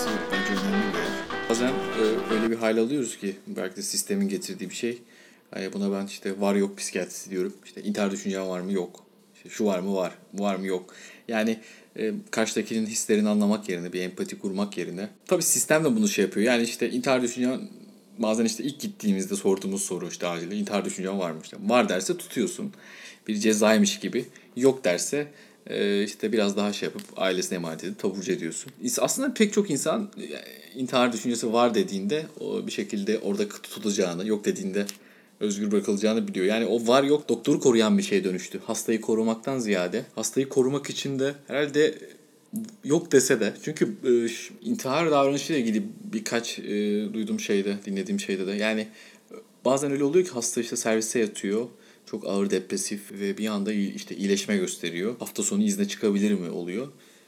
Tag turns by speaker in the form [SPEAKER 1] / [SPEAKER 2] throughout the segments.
[SPEAKER 1] bence önemli bir yer. Bazen öyle bir hal alıyoruz ki belki de sistemin getirdiği bir şey. Hani buna ben işte var yok psikiyatrisi diyorum. İşte intihar düşüncen var mı? Yok. İşte şu var mı? Var. Bu var mı? Yok. Yani karşıdakinin hislerini anlamak yerine, bir empati kurmak yerine. Tabii sistem de bunu şey yapıyor. Yani işte intihar düşüncen bazen işte ilk gittiğimizde sorduğumuz soru işte acilde intihar düşüncen var mı? İşte var derse tutuyorsun. Bir cezaymış gibi. Yok derse işte biraz daha şey yapıp ailesine emanet edip taburcu ediyorsun. Aslında pek çok insan intihar düşüncesi var dediğinde o bir şekilde orada tutulacağını, yok dediğinde özgür bırakılacağını biliyor. Yani o var yok doktoru koruyan bir şeye dönüştü. Hastayı korumaktan ziyade hastayı korumak için de herhalde yok dese de çünkü intihar davranışıyla ilgili birkaç duyduğum şeyde, dinlediğim şeyde de yani bazen öyle oluyor ki hasta işte servise yatıyor. Çok ağır depresif ve bir anda işte iyileşme gösteriyor. Hafta sonu izne çıkabilir mi oluyor.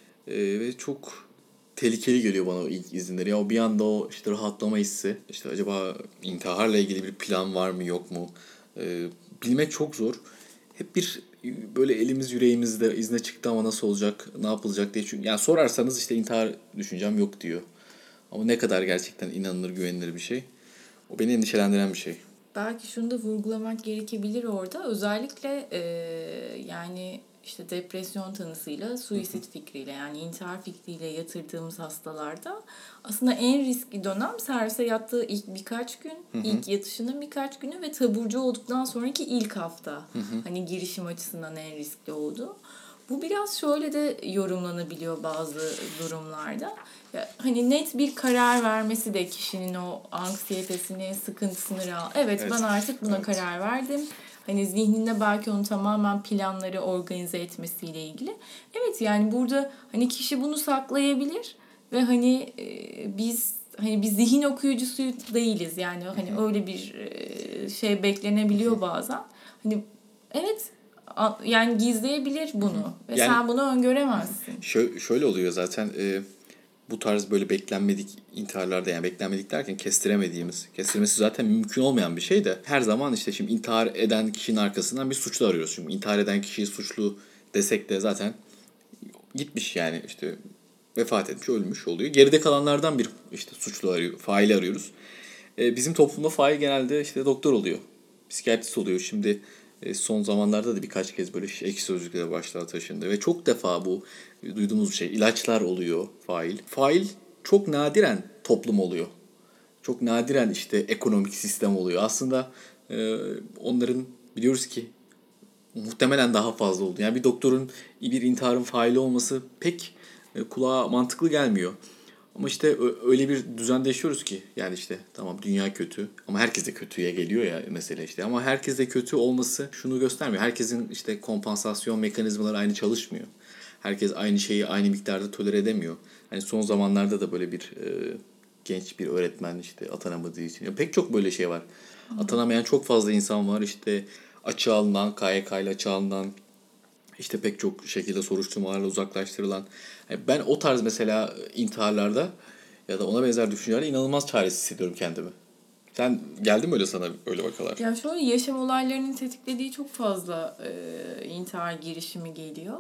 [SPEAKER 1] Ve çok tehlikeli geliyor bana o ilk izinleri. Ya o bir anda o işte rahatlama hissi. İşte acaba intiharla ilgili bir plan var mı yok mu? Bilmek çok zor. Hep bir böyle elimiz yüreğimizde izne çıktı ama nasıl olacak, ne yapılacak diye. Çünkü yani sorarsanız işte intihar düşüncem yok diyor. Ama ne kadar gerçekten inanılır, güvenilir bir şey. O beni endişelendiren bir şey.
[SPEAKER 2] Belki şunu da vurgulamak gerekebilir orada. Özellikle yani işte depresyon tanısıyla, suisit fikriyle yani intihar fikriyle yatırdığımız hastalarda aslında en riskli dönem servise yattığı ilk birkaç gün, ilk yatışının birkaç günü ve taburcu olduktan sonraki ilk hafta. Hani girişim açısından en riskli oldu. Bu biraz şöyle de yorumlanabiliyor bazı durumlarda. Ya, hani net bir karar vermesi de kişinin o anksiyetesini, sıkıntısını evet ben artık buna karar verdim. Hani zihninde belki onu tamamen planları organize etmesiyle ilgili. Evet yani burada hani kişi bunu saklayabilir ve hani biz hani bir zihin okuyucusu değiliz. Yani hani öyle bir şey beklenebiliyor bazen. Hani evet yani gizleyebilir bunu ve
[SPEAKER 1] Yani
[SPEAKER 2] sen bunu öngöremezsin.
[SPEAKER 1] şöyle oluyor zaten bu tarz böyle beklenmedik intiharlarda yani beklenmedik derken kestirmesi zaten mümkün olmayan bir şey de her zaman işte şimdi intihar eden kişinin arkasından bir suçlu arıyoruz. Şimdi intihar eden kişiyi suçlu desek de zaten gitmiş yani işte vefat etmiş, ölmüş oluyor. Geride kalanlardan bir işte faili arıyoruz. Bizim toplumda fail genelde işte doktor oluyor. Psikiyatrist oluyor. Şimdi son zamanlarda da birkaç kez böyle ekşi sözlüklere başlığa taşındı. Ve çok defa bu duyduğumuz bir şey. İlaçlar oluyor fail. Fail çok nadiren toplum oluyor. Çok nadiren işte ekonomik sistem oluyor. Aslında onların biliyoruz ki muhtemelen daha fazla oldu. Yani bir doktorun bir intiharın faili olması pek kulağa mantıklı gelmiyor. Ama işte öyle bir düzende yaşıyoruz ki yani işte tamam dünya kötü ama herkes de kötüye geliyor ya mesele işte. Ama herkes de kötü olması şunu göstermiyor. Herkesin işte kompansasyon mekanizmaları aynı çalışmıyor. Herkes aynı şeyi aynı miktarda tolere edemiyor. Hani son zamanlarda da böyle bir genç bir öğretmen işte atanamadığı için. Ya pek çok böyle şey var. Atanamayan çok fazla insan var. İşte açığa alınan, KYK ile açığa alınan, işte pek çok şekilde soruşturmalarla uzaklaştırılan. Yani ben o tarz mesela intiharlarda ya da ona benzer düşüncelerde inanılmaz çaresiz hissediyorum kendimi. Sen geldi mi öyle sana öyle vakalar?
[SPEAKER 2] Yani şöyle yaşam olaylarının tetiklediği çok fazla intihar girişimi geliyor.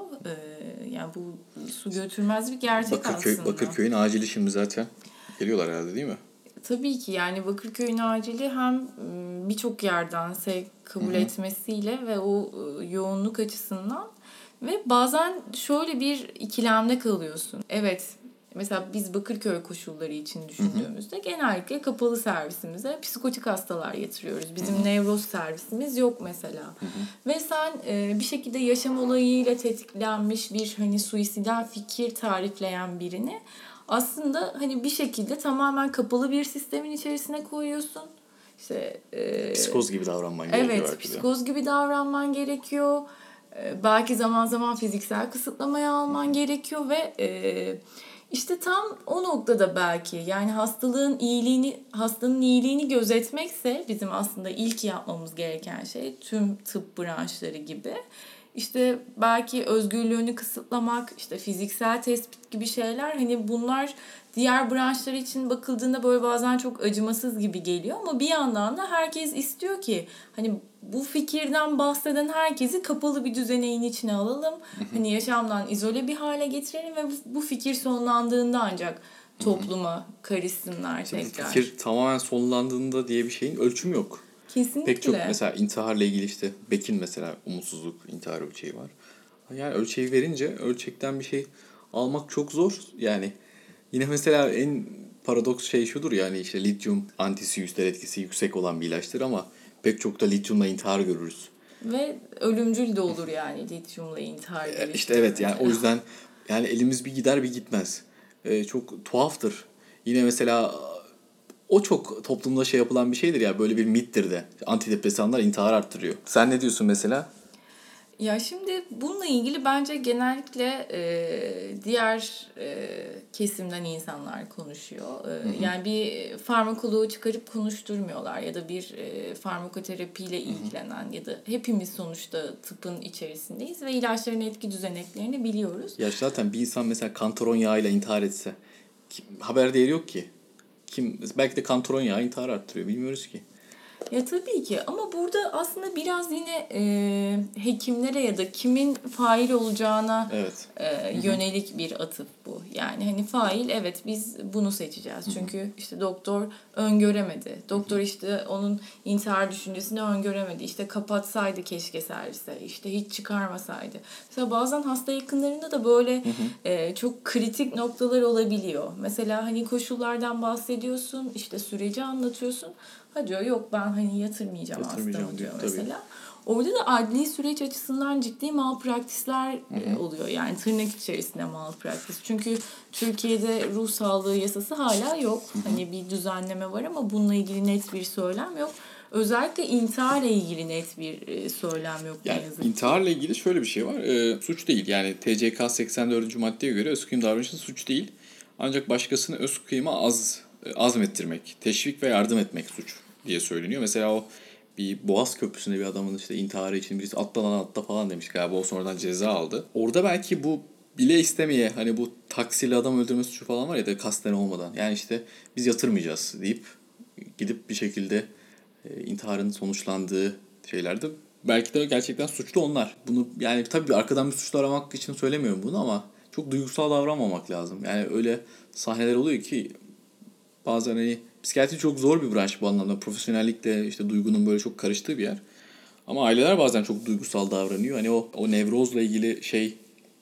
[SPEAKER 2] Yani bu su götürmez bir gerçek aslında.
[SPEAKER 1] Bakırköy'ün acili şimdi zaten geliyorlar herhalde değil mi?
[SPEAKER 2] Tabii ki yani Bakırköy'ün acili hem birçok yerden sevk kabul etmesiyle ve o yoğunluk açısından ve bazen şöyle bir ikilemde kalıyorsun. Evet mesela biz Bakırköy koşulları için düşündüğümüzde genellikle kapalı servisimize psikotik hastalar yatırıyoruz. Bizim nevroz servisimiz yok mesela. Ve sen bir şekilde yaşam olayıyla tetiklenmiş bir hani suisidal fikir tarifleyen birini aslında hani bir şekilde tamamen kapalı bir sistemin içerisine koyuyorsun. İşte
[SPEAKER 1] Psikoz gibi davranman gerekiyor
[SPEAKER 2] evet,
[SPEAKER 1] belki de.
[SPEAKER 2] psikoz gibi davranman gerekiyor. Belki zaman zaman fiziksel kısıtlamaya alman gerekiyor ve işte tam o noktada belki yani hastanın iyiliğini gözetmekse bizim aslında ilk yapmamız gereken şey tüm tıp branşları gibi. İşte belki özgürlüğünü kısıtlamak, işte fiziksel tespit gibi şeyler hani bunlar diğer branşlar için bakıldığında böyle bazen çok acımasız gibi geliyor ama bir yandan da herkes istiyor ki hani bu fikirden bahseden herkesi kapalı bir düzeneğin içine alalım. Hani yaşamdan izole bir hale getirelim ve bu fikir sonlandığında ancak topluma karışsınlar
[SPEAKER 1] İşte bu
[SPEAKER 2] tekrar.
[SPEAKER 1] fikir tamamen sonlandığında diye bir şeyin ölçümü yok.
[SPEAKER 2] Kesinlikle.
[SPEAKER 1] Pek çok mesela intiharla ilgili işte Beck'in mesela umutsuzluk intihar ölçeği var. Yani ölçeği verince ölçekten bir şey almak çok zor. Yani yine mesela en paradoks şey şudur, yani işte lityum antisüyüster etkisi yüksek olan bir ilaçtır ama pek çok da lityumla intihar görürüz.
[SPEAKER 2] Ve ölümcül de olur yani lityumla intihar gelişimi.
[SPEAKER 1] İşte evet, yani
[SPEAKER 2] mesela.
[SPEAKER 1] o yüzden yani elimiz bir gider bir gitmez. Çok tuhaftır. Yine mesela o çok toplumda şey yapılan bir şeydir ya, böyle bir mittir de. Antidepresanlar intihar arttırıyor. Sen ne diyorsun mesela?
[SPEAKER 2] Ya şimdi bununla ilgili bence genellikle diğer kesimden insanlar konuşuyor. Yani bir farmakoloğu çıkarıp konuşturmuyorlar ya da bir farmakoterapiyle ilgilenen ya da hepimiz sonuçta tıbbın içerisindeyiz ve ilaçların etki düzeneklerini biliyoruz.
[SPEAKER 1] Ya zaten bir insan mesela kantaron yağıyla intihar etse haber değeri yok ki. Belki de kantaron yağı intihar arttırıyor, bilmiyoruz ki.
[SPEAKER 2] Ya tabii ki ama burada aslında biraz yine hekimlere ya da kimin fail olacağına
[SPEAKER 1] Evet.
[SPEAKER 2] Yönelik bir atıf bu. Yani hani fail, evet biz bunu seçeceğiz. Çünkü işte doktor öngöremedi. Doktor işte onun intihar düşüncesini öngöremedi. İşte kapatsaydı keşke servise. İşte hiç çıkarmasaydı. Mesela bazen hasta yakınlarında da böyle çok kritik noktalar olabiliyor. Mesela hani koşullardan bahsediyorsun, işte süreci anlatıyorsun. Ha diyor yok ben hani yatırmayacağım hastamı diyor mesela. Tabii. Orada da adli süreç açısından ciddi malpraktisler oluyor. Yani tırnak içerisinde malpraktis. Çünkü Türkiye'de ruh sağlığı yasası hala yok. Hani bir düzenleme var ama bununla ilgili net bir söylem yok. Özellikle intiharla ilgili net bir söylem yok.
[SPEAKER 1] Yani intiharla ilgili şöyle bir şey var. Suç değil. Yani TCK 84. maddeye göre öz kıyım davranışı suç değil. Ancak başkasını öz kıyıma azmettirmek, teşvik ve yardım etmek suç diye söyleniyor. Mesela o bir Boğaz Köprüsü'nde bir adamın işte intiharı için birisi atla falan demiş galiba, o sonradan ceza aldı. Orada belki bu bile istemeye, hani bu taksiyle adam öldürme suçu falan var ya da kasten olmadan. Yani işte biz yatırmayacağız deyip gidip bir şekilde intiharın sonuçlandığı şeylerde belki de gerçekten suçlu onlar. Bunu yani tabii arkadan bir suçlu aramak için söylemiyorum bunu ama çok duygusal davranmamak lazım. Yani öyle sahneler oluyor ki bazen hani psikiyatri çok zor bir branş bu anlamda. Profesyonellikle işte duygunun böyle çok karıştığı bir yer. Ama aileler bazen çok duygusal davranıyor. Hani o nevrozla ilgili şey,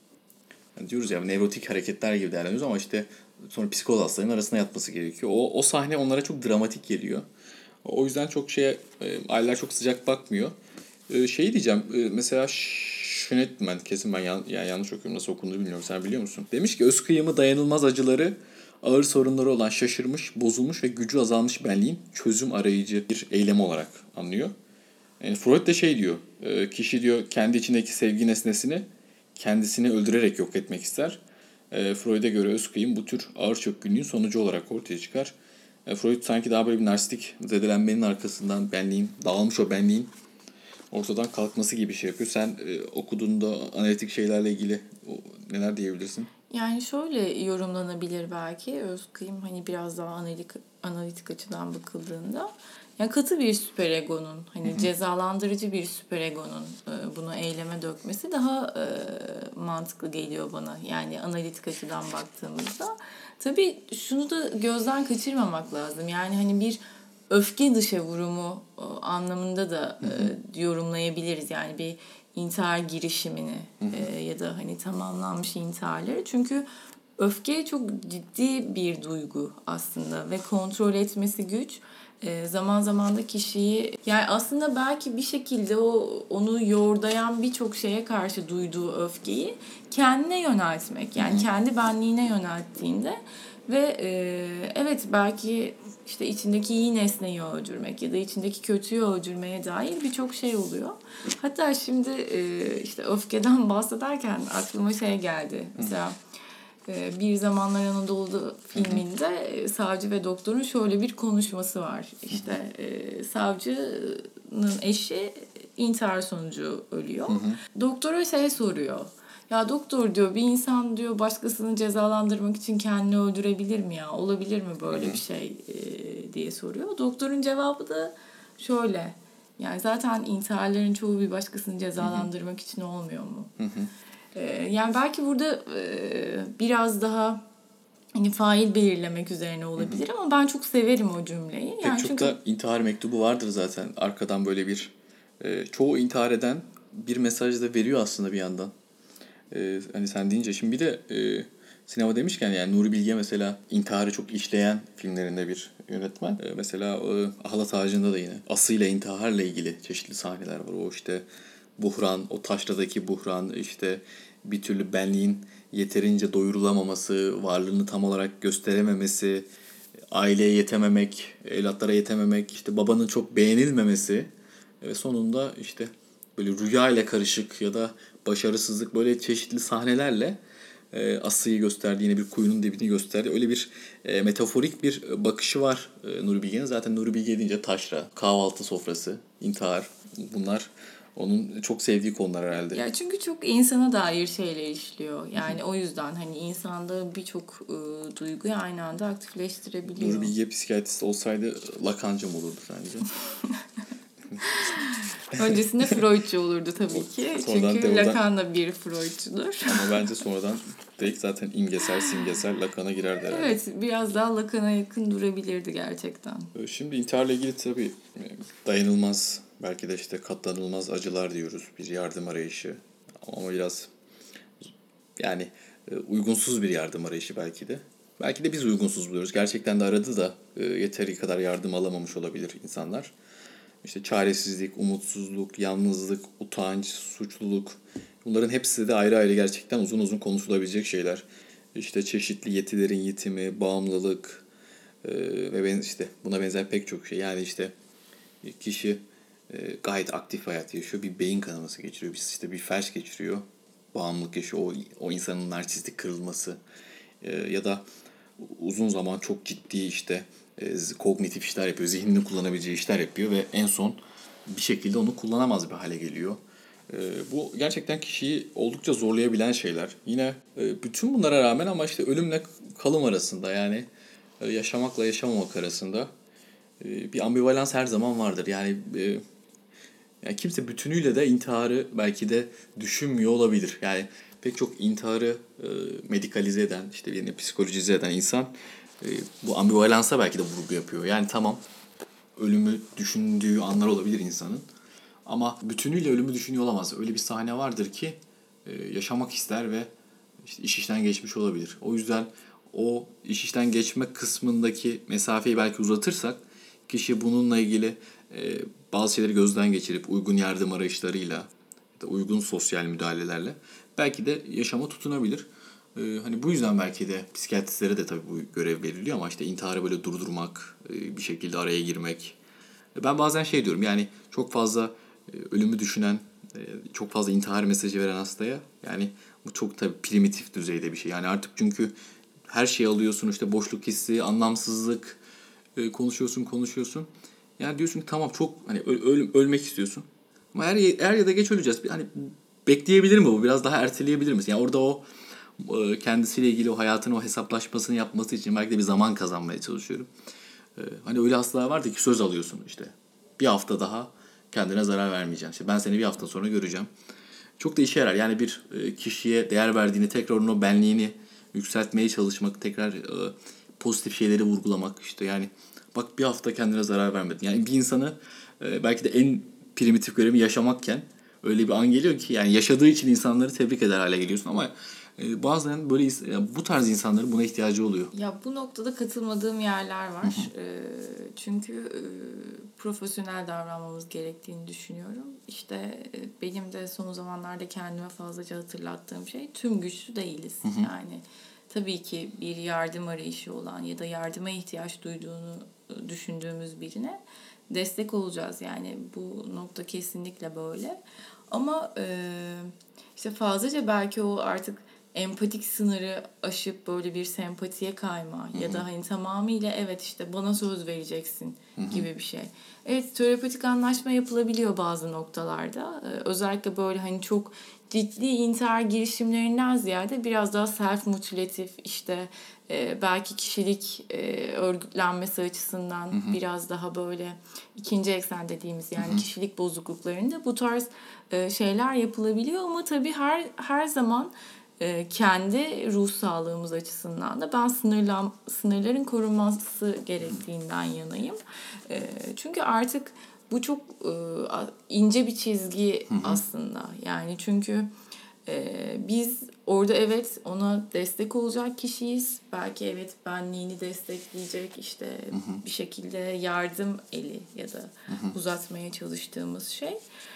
[SPEAKER 1] hani diyoruz ya nevrotik hareketler gibi değerlendiriyoruz ama işte sonra psikoz hastalarının arasına yatması gerekiyor. O sahne onlara çok dramatik geliyor. O yüzden çok aileler çok sıcak bakmıyor. Şey diyeceğim, mesela Schönetman, kesin ben yanlış okuyorum, nasıl okunduğunu bilmiyorum, sen biliyor musun? Demiş ki öz kıyımı dayanılmaz acıları, ağır sorunları olan şaşırmış, bozulmuş ve gücü azalmış benliğin çözüm arayıcı bir eylemi olarak anlıyor. Yani Freud de şey diyor, kişi diyor kendi içindeki sevgi nesnesini kendisini öldürerek yok etmek ister. Freud'a göre öz kıyım bu tür ağır çökkünlüğün sonucu olarak ortaya çıkar. Freud sanki daha böyle bir narsistik zedelenmenin arkasından dağılmış o benliğin ortadan kalkması gibi şey yapıyor. Sen okuduğunda analitik şeylerle ilgili neler diyebilirsin?
[SPEAKER 2] Yani şöyle yorumlanabilir belki öz kıyım hani biraz daha analitik açıdan bakıldığında. Yani katı bir süperegonun hani cezalandırıcı bir süperegonun bunu eyleme dökmesi daha mantıklı geliyor bana. Yani analitik açıdan baktığımızda. Tabii şunu da gözden kaçırmamak lazım. Yani hani bir öfke dışa vurumu anlamında da yorumlayabiliriz. Yani bir intihar girişimini ya da hani tamamlanmış intiharları. Çünkü öfke çok ciddi bir duygu aslında ve kontrol etmesi güç. Zaman zaman da kişiyi yani aslında belki bir şekilde onu yordayan birçok şeye karşı duyduğu öfkeyi kendine yöneltmek, yani kendi benliğine yönelttiğinde ve evet belki işte içindeki iyi nesneyi öldürmek ya da içindeki kötüyü öldürmeye dair birçok şey oluyor. Hatta şimdi işte öfkeden bahsederken aklıma şey geldi. Mesela Bir Zamanlar Anadolu'da filminde savcı ve doktorun şöyle bir konuşması var. İşte savcının eşi intihar sonucu ölüyor. Doktora şey soruyor. Ya doktor diyor, bir insan diyor başkasını cezalandırmak için kendini öldürebilir mi ya? Olabilir mi böyle bir şey diye soruyor. Doktorun cevabı da şöyle. Yani zaten intiharların çoğu bir başkasını cezalandırmak için olmuyor mu? Yani belki burada biraz daha hani fail belirlemek üzerine olabilir ama ben çok severim o cümleyi.
[SPEAKER 1] Pek
[SPEAKER 2] Yani
[SPEAKER 1] çok
[SPEAKER 2] çünkü
[SPEAKER 1] da intihar mektubu vardır zaten. Arkadan böyle bir çoğu intihar eden bir mesaj da veriyor aslında bir yandan. Hani sen deyince şimdi bir de sinema demişken yani Nuri Bilge mesela intiharı çok işleyen filmlerinde bir yönetmen. Mesela Ahlat Ağacı'nda da yine asıyla intiharla ilgili çeşitli sahneler var. O işte buhran, o taşradaki buhran, işte bir türlü benliğin yeterince doyurulamaması, varlığını tam olarak gösterememesi, aileye yetememek, evlatlara yetememek, işte babanın çok beğenilmemesi ve sonunda işte böyle rüya ile karışık ya da başarısızlık böyle çeşitli sahnelerle Aslı'yı gösterdi. Yine bir kuyunun dibini gösterdi. Öyle bir metaforik bir bakışı var Nuri Bilge'nin. Zaten Nuri Bilge deyince taşra, kahvaltı sofrası, intihar bunlar onun çok sevdiği konular herhalde.
[SPEAKER 2] ya çünkü çok insana dair şeyler işliyor. Yani o yüzden hani insanda birçok duyguyu aynı anda aktifleştirebiliyor.
[SPEAKER 1] Nuri Bilge psikiyatrist olsaydı Lakancı mı olurdu sence?
[SPEAKER 2] Öncesinde Freudcu olurdu tabii ki.
[SPEAKER 1] Sonradan
[SPEAKER 2] Çünkü
[SPEAKER 1] oradan-
[SPEAKER 2] Lacan da bir Freudcudur.
[SPEAKER 1] Ama bence sonradan direkt zaten imgesel, simgesel Lacan'a girerdi herhalde.
[SPEAKER 2] Evet, biraz daha Lacan'a yakın durabilirdi gerçekten.
[SPEAKER 1] Şimdi intiharla ilgili tabii dayanılmaz, belki de işte katlanılmaz acılar diyoruz. Bir yardım arayışı. Ama biraz yani uygunsuz bir yardım arayışı belki de. Belki de biz uygunsuz buluyoruz. Gerçekten de aradı da yeteri kadar yardım alamamış olabilir insanlar. İşte çaresizlik, umutsuzluk, yalnızlık, utanç, suçluluk. Bunların hepsi de ayrı ayrı gerçekten uzun uzun konuşulabilecek şeyler. İşte çeşitli yetilerin yitimi, bağımlılık ve işte buna benzer pek çok şey. Yani işte kişi gayet aktif hayat yaşıyor. Bir beyin kanaması geçiriyor. Bir felç geçiriyor. Bağımlılık yaşıyor. O insanın narsistik kırılması. Ya da uzun zaman çok ciddi işte kognitif işler yapıyor. Zihnini kullanabileceği işler yapıyor ve en son bir şekilde onu kullanamaz bir hale geliyor. Bu gerçekten kişiyi oldukça zorlayabilen şeyler. Yine bütün bunlara rağmen ama işte ölümle kalım arasında yani yaşamakla yaşamamak arasında bir ambivalans her zaman vardır. Yani kimse bütünüyle de intiharı belki de düşünmüyor olabilir. Yani pek çok intiharı medikalize eden, işte yine psikolojize eden insan bu ambivalansa belki de vurgu yapıyor. Yani tamam ölümü düşündüğü anlar olabilir insanın. Ama bütünüyle ölümü düşünüyor olamaz. Öyle bir sahne vardır ki yaşamak ister ve işte iş işten geçmiş olabilir. O yüzden o iş işten geçme kısmındaki mesafeyi belki uzatırsak kişi bununla ilgili bazı şeyleri gözden geçirip uygun yardım arayışlarıyla ya da uygun sosyal müdahalelerle belki de yaşama tutunabilir. Hani bu yüzden belki de psikiyatristlere de tabii bu görev veriliyor ama işte intiharı böyle durdurmak, bir şekilde araya girmek. Ben bazen şey diyorum yani çok fazla ölümü düşünen, çok fazla intihar mesajı veren hastaya yani bu çok tabii primitif düzeyde bir şey. Yani artık çünkü her şeyi alıyorsun işte boşluk hissi, anlamsızlık, konuşuyorsun. Yani diyorsun ki tamam çok hani ölmek istiyorsun. Ama er ya da geç öleceğiz. Hani bekleyebilir mi bu? Biraz daha erteleyebilir misin? Yani orada o kendisiyle ilgili o hayatın o hesaplaşmasını yapması için belki de bir zaman kazanmaya çalışıyorum. Hani öyle hastalar vardı ki söz alıyorsun işte. Bir hafta daha kendine zarar vermeyeceğim. İşte ben seni bir hafta sonra göreceğim. Çok da işe yarar. Yani bir kişiye değer verdiğini, tekrar onun o benliğini yükseltmeye çalışmak, tekrar pozitif şeyleri vurgulamak. İşte yani bak bir hafta kendine zarar vermedin. Yani bir insanı belki de en primitif görevi yaşamakken öyle bir an geliyor ki yani yaşadığı için insanları tebrik eder hale geliyorsun ama bazen böyle bu tarz insanların buna ihtiyacı oluyor.
[SPEAKER 2] Ya bu noktada katılmadığım yerler var. Çünkü profesyonel davranmamız gerektiğini düşünüyorum. İşte benim de son zamanlarda kendime fazlaca hatırlattığım şey tüm güçlü değiliz. Yani tabii ki bir yardım arayışı olan ya da yardıma ihtiyaç duyduğunu düşündüğümüz birine destek olacağız. Yani bu nokta kesinlikle böyle. Ama işte fazlaca belki o artık empatik sınırı aşıp böyle bir sempatiye kayma ya da hani tamamıyla evet işte bana söz vereceksin gibi bir şey. Evet, terapetik anlaşma yapılabiliyor bazı noktalarda. Özellikle böyle hani çok ciddi intihar girişimlerinden ziyade biraz daha self-mutilatif işte belki kişilik örgütlenmesi açısından biraz daha böyle ikinci eksen dediğimiz yani kişilik bozukluklarında bu tarz şeyler yapılabiliyor ama tabii her zaman kendi ruh sağlığımız açısından da ben sınırların korunması gerektiğinden yanayım. Çünkü artık bu çok ince bir çizgi aslında. Yani çünkü biz orada evet ona destek olacak kişiyiz. Belki evet benliğini destekleyecek işte bir şekilde yardım eli ya da uzatmaya çalıştığımız şey.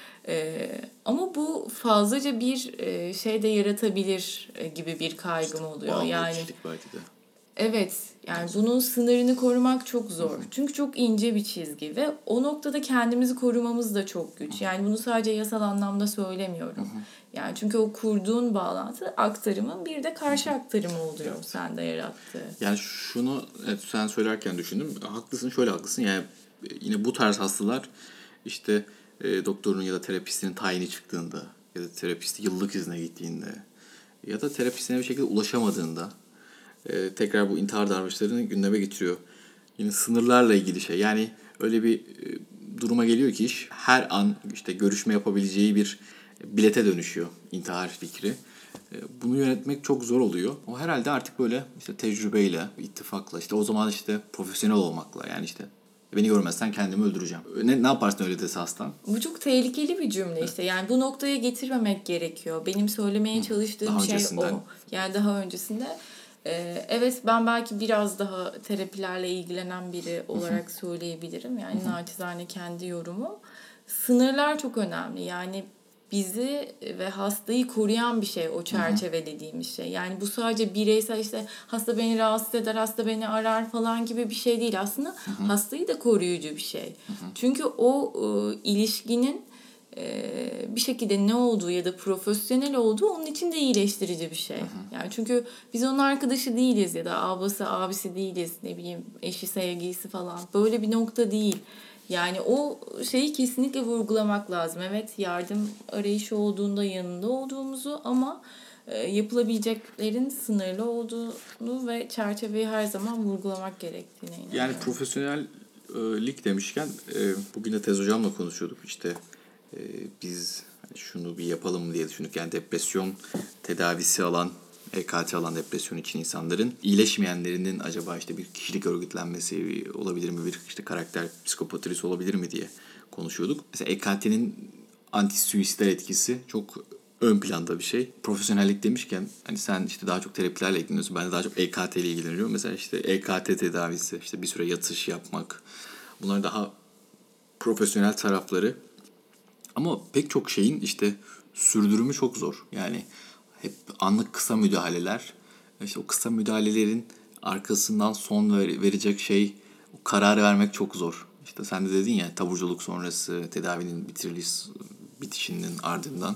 [SPEAKER 2] Ama bu fazlaca bir şey de yaratabilir gibi bir kaygım oluyor. Yani
[SPEAKER 1] belki de.
[SPEAKER 2] evet, yani bunun sınırını korumak çok zor. Çünkü çok ince bir çizgi ve o noktada kendimizi korumamız da çok güç. Yani bunu sadece yasal anlamda söylemiyorum. Yani çünkü o kurduğun bağlantı aktarımın bir de karşı aktarımı oluyor sende yarattığı.
[SPEAKER 1] Yani şunu sen söylerken düşündüm. Haklısın, şöyle haklısın. Yani yine bu tarz hastalar işte doktorun ya da terapistinin tayini çıktığında ya da terapisti yıllık izne gittiğinde ya da terapistine bir şekilde ulaşamadığında tekrar bu intihar davranışlarını gündeme getiriyor. Yine sınırlarla ilgili şey. Yani öyle bir duruma geliyor ki iş her an işte görüşme yapabileceği bir bilete dönüşüyor intihar fikri. Bunu yönetmek çok zor oluyor. O herhalde artık böyle işte tecrübeyle, ittifakla, işte o zaman işte profesyonel olmakla, yani işte beni görmezsen kendimi öldüreceğim. Ne yaparsın öyle dese hastan?
[SPEAKER 2] Bu çok tehlikeli bir cümle işte. Yani bu noktaya getirmemek gerekiyor. Benim söylemeye çalıştığım
[SPEAKER 1] Daha
[SPEAKER 2] şey
[SPEAKER 1] öncesinden.
[SPEAKER 2] o. Yani daha öncesinde evet ben belki biraz daha terapilerle ilgilenen biri olarak söyleyebilirim. Yani naçizane kendi yorumu. Sınırlar çok önemli. Yani bizi ve hastayı koruyan bir şey o çerçeve dediğimiz şey. Yani bu sadece bireysel işte hasta beni rahatsız eder, hasta beni arar falan gibi bir şey değil. Aslında hastayı da koruyucu bir şey. Çünkü o ilişkinin bir şekilde ne olduğu ya da profesyonel olduğu onun için de iyileştirici bir şey. Yani çünkü biz onun arkadaşı değiliz ya da ablası abisi değiliz, ne bileyim eşi sevgilisi falan. Böyle bir nokta değil. Yani o şeyi kesinlikle vurgulamak lazım. Evet, yardım arayışı olduğunda yanında olduğumuzu ama yapılabileceklerin sınırlı olduğunu ve çerçeveyi her zaman vurgulamak gerektiğine inanıyorum.
[SPEAKER 1] Yani profesyonellik demişken bugün de tez hocamla konuşuyorduk. İşte biz şunu bir yapalım diye düşündük. Yani depresyon tedavisi alan, EKT alan depresyon için insanların iyileşmeyenlerinin acaba işte bir kişilik örgütlenmesi olabilir mi, bir işte karakter psikopatrisi olabilir mi diye konuşuyorduk. Mesela EKT'nin anti-suicidal etkisi çok ön planda bir şey. Profesyonellik demişken hani sen işte daha çok terapilerle ilgileniyorsun. Ben de daha çok EKT ile ilgileniyorum. Mesela işte EKT tedavisi, işte bir süre yatış yapmak. Bunlar daha profesyonel tarafları. Ama pek çok şeyin işte sürdürümü çok zor. Yani hep anlık kısa müdahaleler. İşte o kısa müdahalelerin arkasından son verecek şey, o kararı vermek çok zor. İşte sen de dedin ya, taburculuk sonrası tedavinin bitişinin ardından.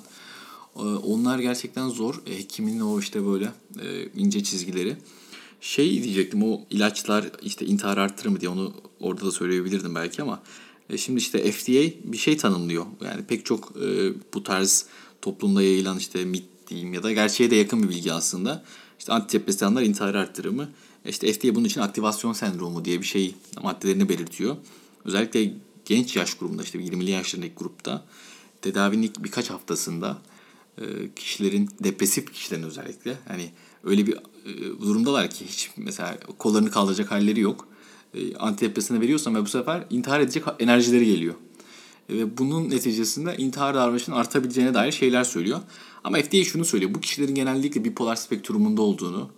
[SPEAKER 1] Onlar gerçekten zor. Hekimin o işte böyle ince çizgileri. Şey diyecektim, o ilaçlar işte intihar arttırır mı diye, onu orada da söyleyebilirdim belki ama şimdi işte FDA bir şey tanımlıyor. Yani pek çok bu tarz toplumda yayılan işte mit diyeyim ya da gerçeğe de yakın bir bilgi aslında. İşte antidepresanlar intihar arttırır mı? İşte FDA bunun için aktivasyon sendromu diye bir şey maddelerini belirtiyor. Özellikle genç yaş grubunda, işte 20'li yaşlarındaki grupta tedavinin ilk birkaç haftasında kişilerin, depresif kişilerin özellikle, hani öyle bir durumdalar ki hiç mesela kollarını kaldıracak halleri yok. Antidepresanı veriyorsan ve bu sefer intihar edecek enerjileri geliyor. Ve bunun neticesinde intihar davranışının artabileceğine dair şeyler söylüyor. Ama FDA şunu söylüyor: bu kişilerin genellikle bipolar spektrumunda olduğunu,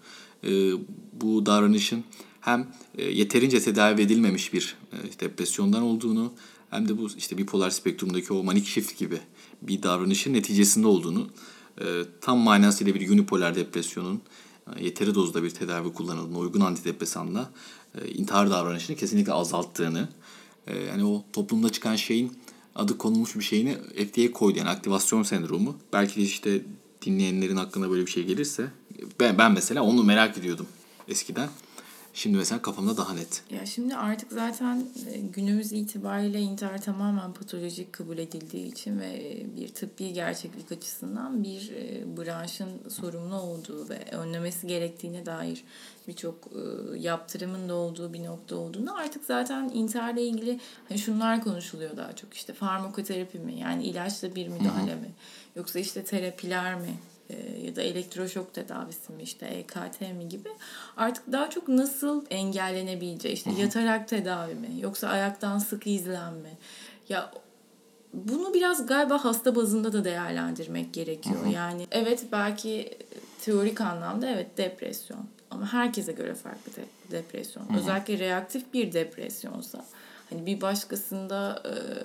[SPEAKER 1] bu davranışın hem yeterince tedavi edilmemiş bir depresyondan olduğunu, hem de bu işte bipolar spektrumdaki o manik shift gibi bir davranışın neticesinde olduğunu, tam manasıyla bir unipolar depresyonun yeteri dozda bir tedavi kullanıldığında, uygun antidepresanla intihar davranışını kesinlikle azalttığını, yani o toplumda çıkan şeyin adı konulmuş bir şeyini FDA koydu. Yani aktivasyon sendromu. Belki de işte dinleyenlerin aklına böyle bir şey gelirse, ben mesela onu merak ediyordum eskiden. Şimdi mesela kafamda daha net.
[SPEAKER 2] Ya şimdi artık zaten günümüz itibariyle intihar tamamen patolojik kabul edildiği için ve bir tıbbi gerçeklik açısından bir branşın sorumlu olduğu ve önlemesi gerektiğine dair birçok yaptırımın da olduğu bir nokta olduğunu, artık zaten intiharla ilgili hani şunlar konuşuluyor daha çok: işte farmakoterapi mi, yani ilaçla bir müdahale mi, yoksa işte terapiler mi? ya da elektroşok tedavisi mi, işte EKT mi gibi, artık daha çok nasıl engellenebileceği, işte yatarak tedavi mi yoksa ayaktan sıkı izlenme, ya bunu biraz galiba hasta bazında da değerlendirmek gerekiyor. Yani evet, belki teorik anlamda evet depresyon, ama herkese göre farklı depresyon. Özellikle reaktif bir depresyonsa, hani bir başkasında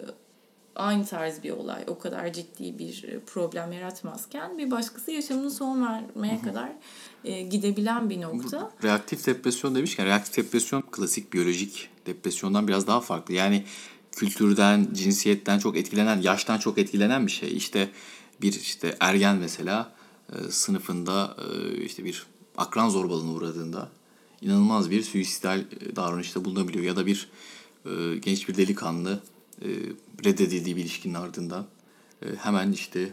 [SPEAKER 2] aynı tarz bir olay o kadar ciddi bir problem yaratmazken bir başkası yaşamını son vermeye kadar gidebilen bir nokta.
[SPEAKER 1] Reaktif depresyon demişken, reaktif depresyon klasik biyolojik depresyondan biraz daha farklı. Yani kültürden, cinsiyetten çok etkilenen, yaştan çok etkilenen bir şey. İşte bir ergen mesela sınıfında işte bir akran zorbalığına uğradığında inanılmaz bir suisidal davranışta bulunabiliyor. Ya da bir genç bir delikanlı reddedildiği bir ilişkinin ardından hemen işte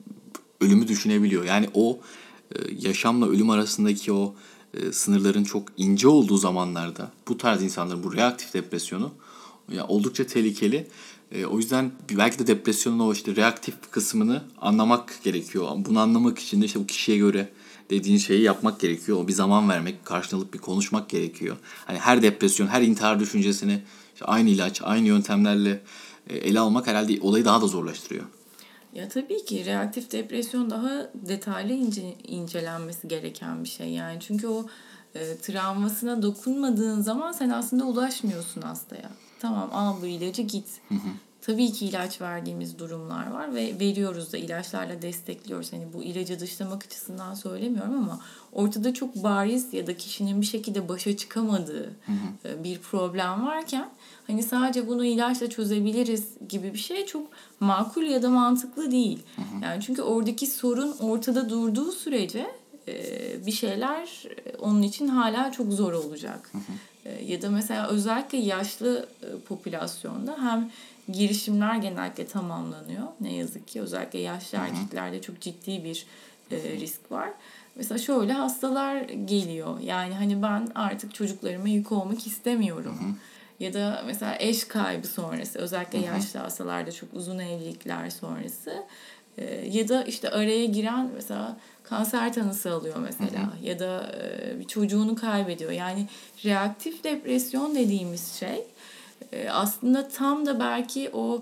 [SPEAKER 1] ölümü düşünebiliyor. Yani o yaşamla ölüm arasındaki o sınırların çok ince olduğu zamanlarda bu tarz insanların bu reaktif depresyonu oldukça tehlikeli. O yüzden belki de depresyonun o işte reaktif kısmını anlamak gerekiyor. Bunu anlamak için de işte bu kişiye göre dediğin şeyi yapmak gerekiyor. O bir zaman vermek, karşılıklı bir konuşmak gerekiyor. Hani her depresyon, her intihar düşüncesini işte aynı ilaç, aynı yöntemlerle ele almak herhalde olayı daha da zorlaştırıyor.
[SPEAKER 2] Ya tabii ki reaktif depresyon daha detaylı incelenmesi gereken bir şey. Yani çünkü o travmasına dokunmadığın zaman sen aslında ulaşmıyorsun hastaya. Tamam, al bu ilacı, git. Tabii ki ilaç verdiğimiz durumlar var ve veriyoruz da, ilaçlarla destekliyoruz. Hani bu ilacı dışlamak açısından söylemiyorum, ama ortada çok bariz ya da kişinin bir şekilde başa çıkamadığı bir problem varken hani sadece bunu ilaçla çözebiliriz gibi bir şey çok makul ya da mantıklı değil. Yani çünkü oradaki sorun ortada durduğu sürece bir şeyler onun için hala çok zor olacak. Ya da mesela özellikle yaşlı popülasyonda hem girişimler genellikle tamamlanıyor. Ne yazık ki özellikle yaşlı erkeklerde çok ciddi bir risk var. Mesela şöyle hastalar geliyor. Yani hani ben artık çocuklarıma yük olmak istemiyorum. Ya da mesela eş kaybı sonrası, özellikle yaşlı hastalarda çok uzun evlilikler sonrası. Ya da işte araya giren mesela kanser tanısı alıyor mesela. Ya da bir çocuğunu kaybediyor. Yani reaktif depresyon dediğimiz şey aslında tam da belki o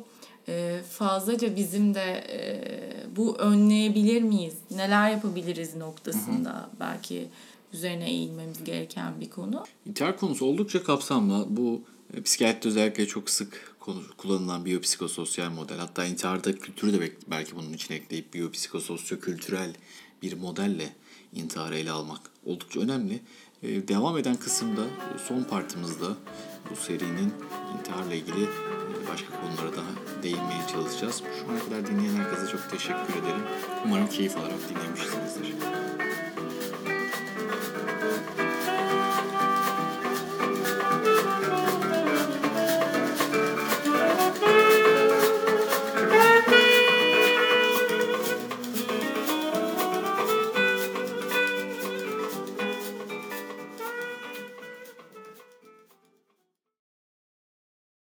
[SPEAKER 2] fazlaca bizim de bu önleyebilir miyiz, neler yapabiliriz noktasında belki üzerine eğilmemiz gereken bir konu.
[SPEAKER 1] İntihar konusu oldukça kapsamlı. Bu psikiyatride özellikle çok sık kullanılan biyopsikososyal model. Hatta intiharda kültürü de belki bunun içine ekleyip biyopsikososyo-kültürel bir modelle intiharı ele almak oldukça önemli. Devam eden kısımda, son partımızda bu serinin intiharla ilgili başka konulara daha değinmeye çalışacağız. Şu ana kadar dinleyen herkese çok teşekkür ederim. Umarım keyif alarak dinlemişsinizdir.